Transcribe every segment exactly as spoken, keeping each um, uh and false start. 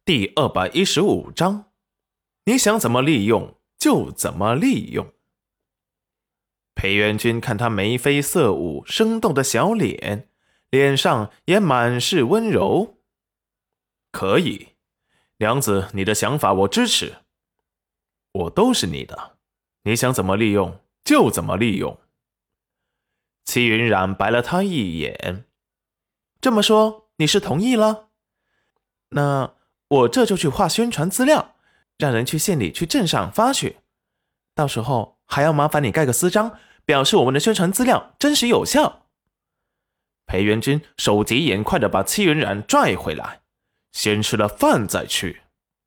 第二百一十五章，你想怎么利用就怎么利用。裴元君看他眉飞色舞生动的小脸，脸上也满是温柔。可以，娘子，你的想法我支持，我都是你的，你想怎么利用就怎么利用。戚云染白了他一眼，这么说你是同意了？那我这就去画宣传资料，让人去县里去镇上发去，到时候还要麻烦你盖个私章，表示我们的宣传资料真实有效。裴元君手疾眼快地把戚云染拽回来，先吃了饭再去。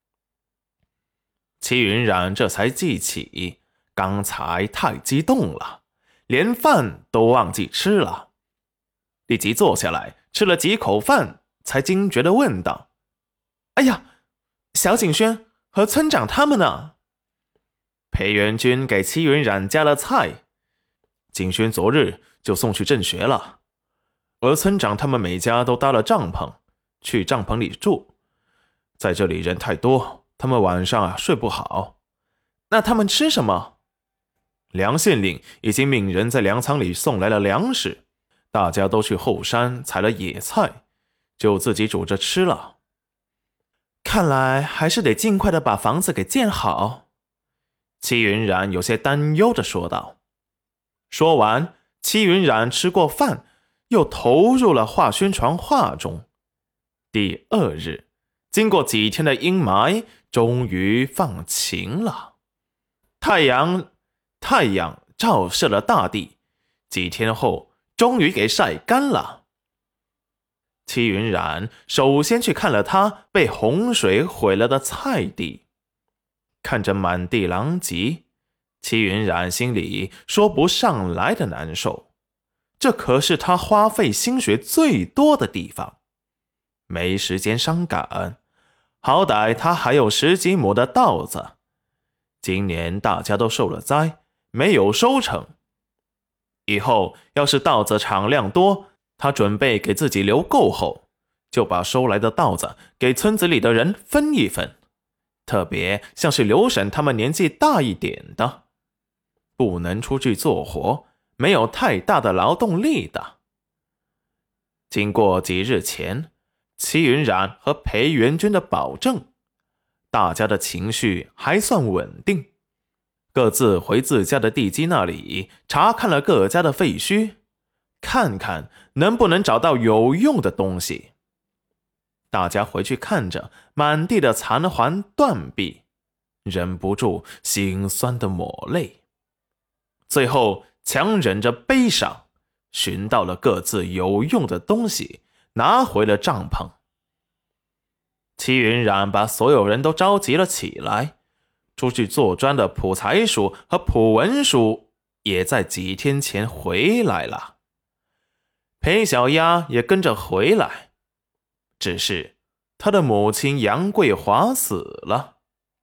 戚云染这才记起刚才太激动了，连饭都忘记吃了，立即坐下来吃了几口饭，才惊觉地问道：哎呀，小景轩和村长他们呢？裴元君给戚云染加了菜，景轩昨日就送去镇学了，而村长他们每家都搭了帐篷，去帐篷里住，在这里人太多，他们晚上啊睡不好。那他们吃什么？梁县令已经命人在粮仓里送来了粮食，大家都去后山采了野菜，就自己煮着吃了。看来还是得尽快的把房子给建好。戚云染有些担忧地说道。说完，戚云染吃过饭，又投入了画宣传画中。第二日，经过几天的阴霾，终于放晴了。太阳，太阳照射了大地，几天后，终于给晒干了。戚云染首先去看了他被洪水毁了的菜地，看着满地狼藉，戚云染心里说不上来的难受。这可是他花费心血最多的地方，没时间伤感，好歹他还有十几亩的稻子，今年大家都受了灾，没有收成。以后要是稻子产量多，他准备给自己留够后，就把收来的稻子给村子里的人分一分，特别像是刘婶他们年纪大一点的，不能出去做活，没有太大的劳动力的。经过几日前戚云染和裴元君的保证，大家的情绪还算稳定，各自回自家的地基那里查看了各家的废墟，看看能不能找到有用的东西。大家回去看着满地的残垣断壁，忍不住心酸的抹泪，最后强忍着悲伤，寻到了各自有用的东西，拿回了帐篷。戚云染把所有人都召集了起来，出去做砖的卜才叔和卜文叔也在几天前回来了，裴小丫也跟着回来，只是他的母亲杨桂华死了。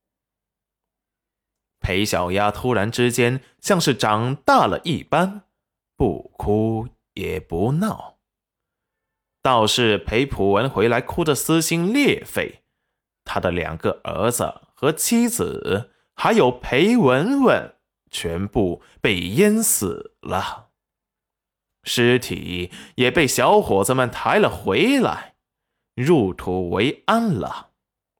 裴小丫突然之间像是长大了一般，不哭也不闹。倒是裴普文回来哭得撕心裂肺，他的两个儿子和妻子还有裴文文全部被淹死了，尸体也被小伙子们抬了回来，入土为安了。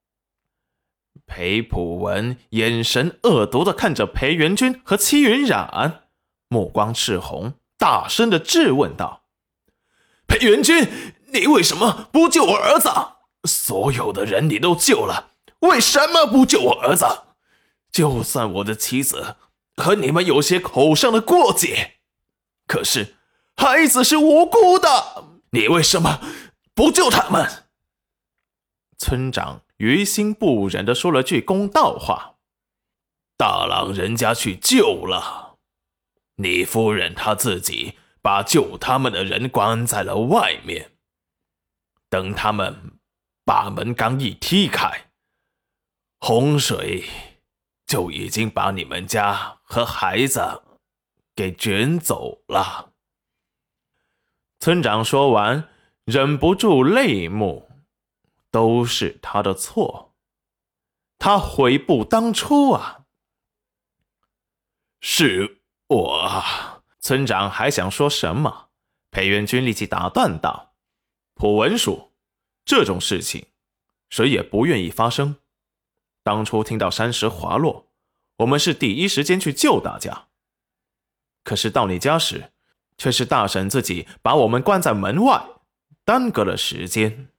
裴普文眼神恶毒地看着裴元君和戚云染，目光赤红，大声地质问道：裴元君，你为什么不救我儿子？所有的人你都救了，为什么不救我儿子？就算我的妻子和你们有些口上的过节，可是孩子是无辜的，你为什么不救他们？村长于心不忍地说了句公道话：大郎人家去救了，你夫人她自己把救他们的人关在了外面，等他们把门刚一踢开，洪水就已经把你们家和孩子给卷走了。村长说完，忍不住泪目，都是他的错。 他悔不当初啊！ 是我…… 村长还想说什么，裴元君立即打断道：“普文书，这种事情谁也不愿意发生。当初听到山石滑落，我们是第一时间去救大家。可是到你家时，却是大婶自己把我们关在门外，耽搁了时间。”